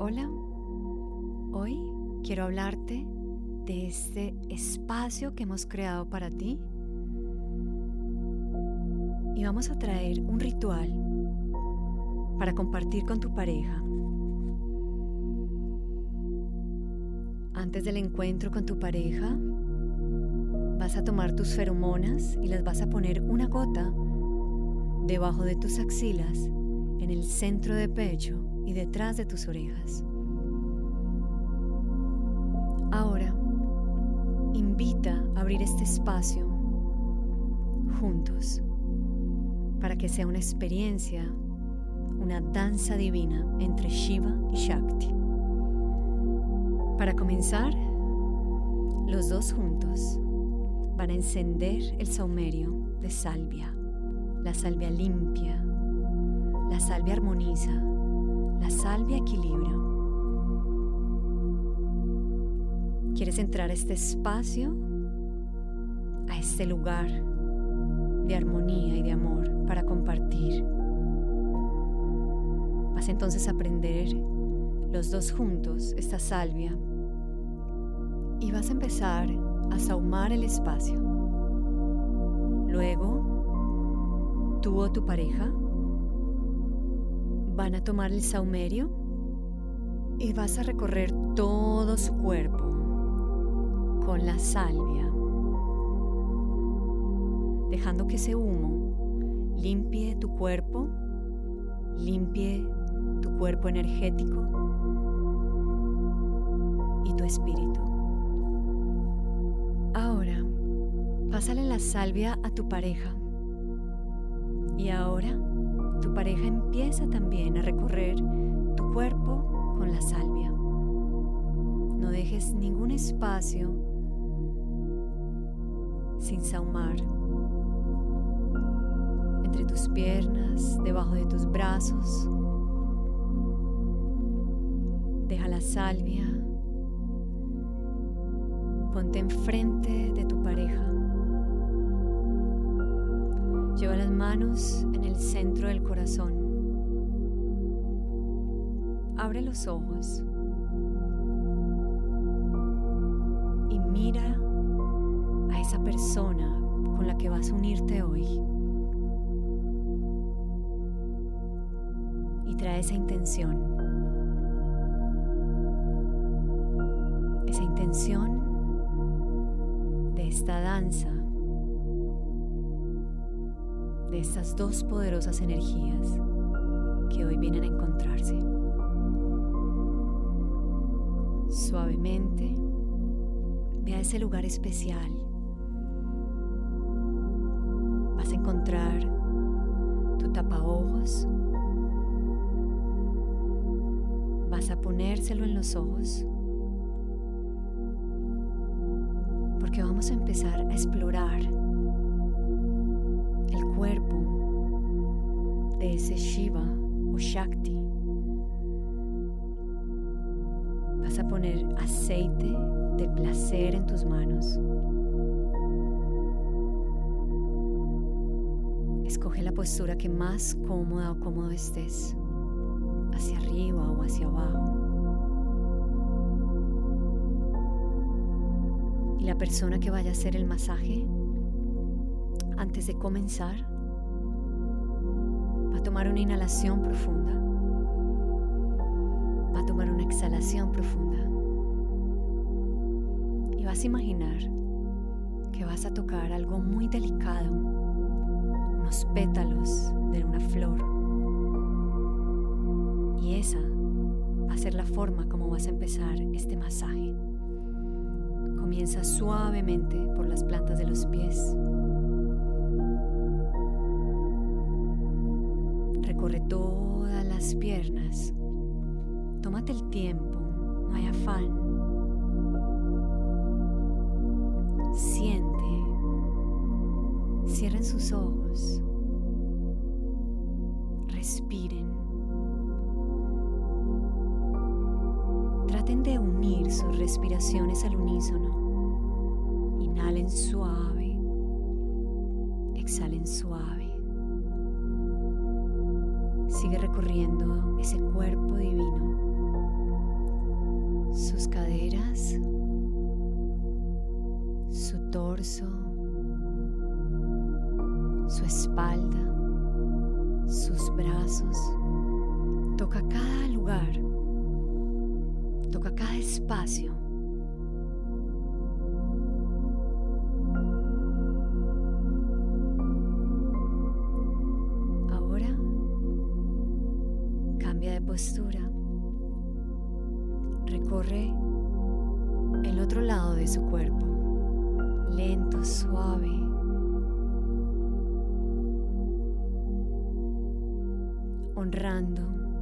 Hola, hoy quiero hablarte de este espacio que hemos creado para ti y vamos a traer un ritual para compartir con tu pareja. Antes del encuentro con tu pareja, vas a tomar tus feromonas y las vas a poner una gota debajo de tus axilas, en el centro de pecho y detrás de tus orejas. Ahora, invita a abrir este espacio juntos para que sea una experiencia, una danza divina entre Shiva y Shakti. Para comenzar, los dos juntos van a encender el saumerio de salvia, la salvia limpia, la salvia armoniza, la salvia equilibra. ¿Quieres entrar a este espacio, a este lugar de armonía y de amor para compartir? Vas entonces a prender los dos juntos esta salvia y vas a empezar a sahumar el espacio. Luego, tú o tu pareja van a tomar el saumerio y vas a recorrer todo su cuerpo con la salvia, dejando que ese humo limpie tu cuerpo energético y tu espíritu. Ahora, pásale la salvia a tu pareja y ahora tu pareja empieza también a recorrer tu cuerpo con la salvia. No dejes ningún espacio sin sahumar. Entre tus piernas, debajo de tus brazos. Deja la salvia. Ponte enfrente de tu pareja. Lleva las manos en el centro del corazón. Abre los ojos y mira a esa persona con la que vas a unirte hoy. Y trae esa intención de esta danza, de estas dos poderosas energías que hoy vienen a encontrarse. Suavemente, ve a ese lugar especial. Vas a encontrar tu tapaojos. Vas a ponérselo en los ojos porque vamos a empezar a explorar el cuerpo de ese Shiva o Shakti. Vas a poner aceite de placer en tus manos. Escoge la postura que más cómoda o cómodo estés, hacia arriba o hacia abajo. Y la persona que vaya a hacer el masaje, antes de comenzar, va a tomar una inhalación profunda, va a tomar una exhalación profunda y vas a imaginar que vas a tocar algo muy delicado, unos pétalos de una flor, y esa va a ser la forma como vas a empezar este masaje. Comienza suavemente por las plantas de los pies. Recorre todas las piernas. Tómate el tiempo, no hay afán. Siente. Cierren sus ojos. Respiren. Traten de unir sus respiraciones al unísono. Inhalen suave, exhalen suave. Sigue recorriendo ese cuerpo divino sus caderas, su torso, su espalda, sus brazos. Toca cada lugar, toca cada espacio. Ahora cambia de postura. Recorre el otro lado de su cuerpo, lento, suave. Honrando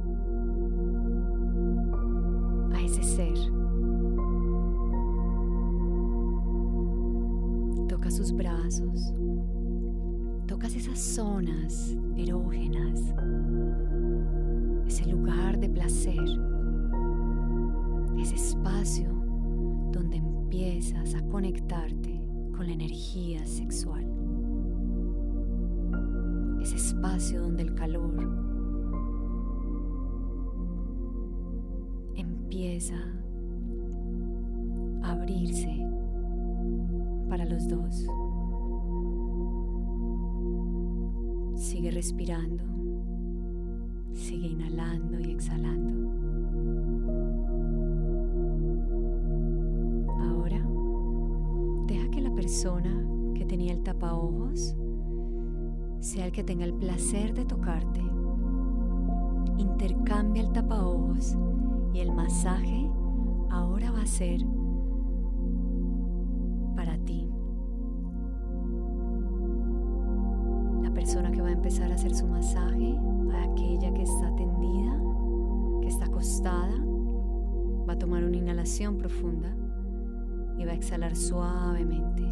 a ese ser. Toca sus brazos, tocas esas zonas erógenas, ese lugar de placer, ese espacio donde empiezas a conectarte con la energía sexual, ese espacio donde el calor empieza a abrirse para los dos. Sigue respirando, sigue inhalando y exhalando. Ahora, deja que la persona que tenía el tapaojos sea el que tenga el placer de tocarte. Intercambia el tapaojos y el masaje ahora va a ser para ti. La persona que va a empezar a hacer su masaje, aquella que está tendida, que está acostada, va a tomar una inhalación profunda y va a exhalar suavemente.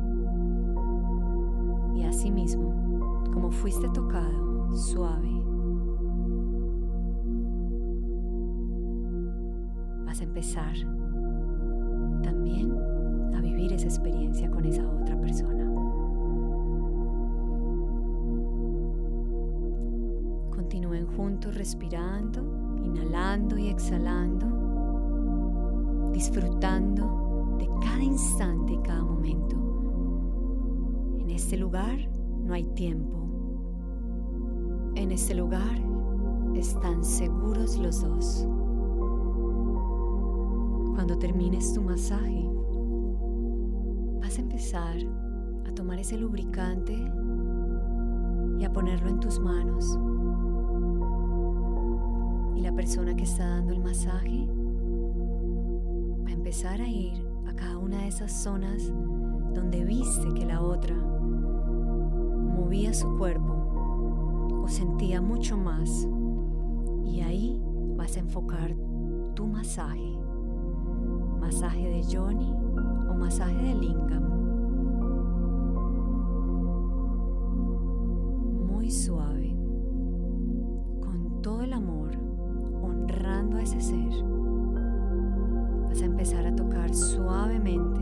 Y así mismo, como fuiste tocado, suave, vas a empezar también a vivir esa experiencia con esa otra persona. Continúen juntos respirando, inhalando y exhalando, disfrutando de cada instante y cada momento. En este lugar no hay tiempo. En este lugar están seguros los dos. Cuando termines tu masaje, vas a empezar a tomar ese lubricante y a ponerlo en tus manos. Y la persona que está dando el masaje va a empezar a ir a cada una de esas zonas donde viste que la otra movía su cuerpo o sentía mucho más. Y ahí vas a enfocar tu masaje. Masaje de Yoni o masaje de Lingam. Muy suave, con todo el amor, honrando a ese ser. Vas a empezar a tocar suavemente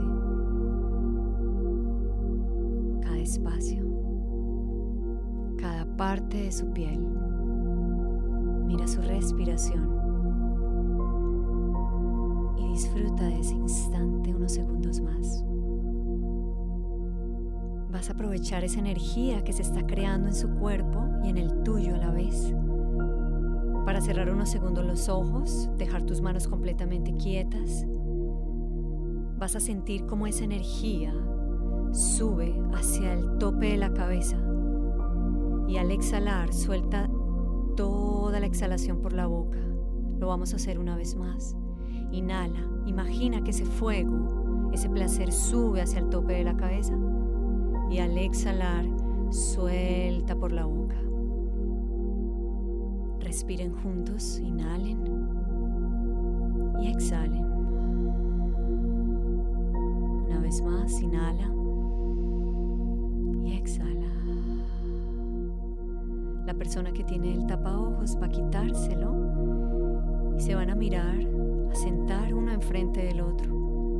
cada espacio, cada parte de su piel. Mira su respiración. Disfruta de ese instante unos segundos más. Vas a aprovechar esa energía que se está creando en su cuerpo y en el tuyo a la vez para cerrar unos segundos los ojos, dejar tus manos completamente quietas. Vas a sentir cómo esa energía sube hacia el tope de la cabeza y al exhalar suelta toda la exhalación por la boca. Lo vamos a hacer una vez más. Inhala, imagina que ese fuego, ese placer sube hacia el tope de la cabeza y al exhalar, suelta por la boca. Respiren juntos, inhalen y exhalen. Una vez más, inhala y exhala. La persona que tiene el tapaojos va a quitárselo y se van a mirar, a sentar uno enfrente del otro.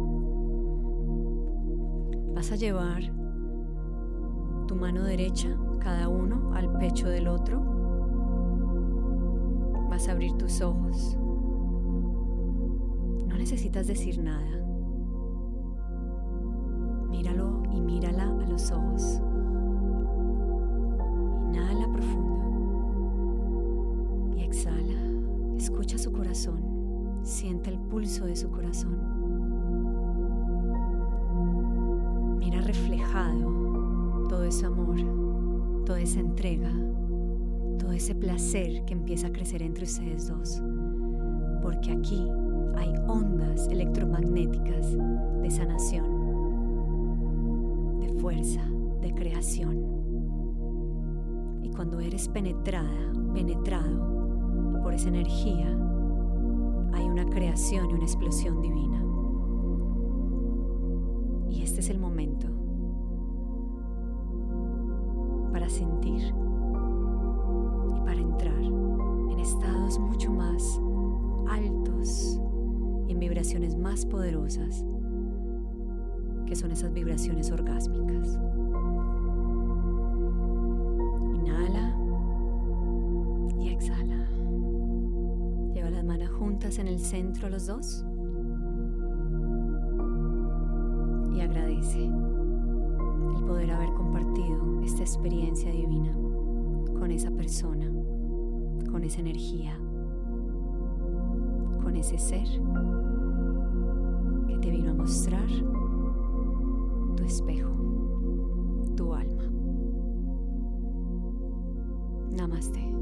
Vas a llevar tu mano derecha, cada uno, al pecho del otro. Vas a abrir tus ojos. No necesitas decir nada. Míralo y mírala a los ojos. Inhala profundo y exhala. Escucha su corazón. Siente el pulso de su corazón. Mira reflejado todo ese amor, toda esa entrega, todo ese placer que empieza a crecer entre ustedes dos. Porque aquí hay ondas electromagnéticas de sanación, de fuerza, de creación. Y cuando eres penetrado por esa energía, hay una creación y una explosión divina. Y este es el momento para sentir y para entrar en estados mucho más altos y en vibraciones más poderosas, que son esas vibraciones orgásmicas. Inhala y exhala. Lleva las manos juntas en el centro los dos y agradece el poder haber compartido esta experiencia divina con esa persona, con esa energía, con ese ser que te vino a mostrar tu espejo, tu alma. Namaste.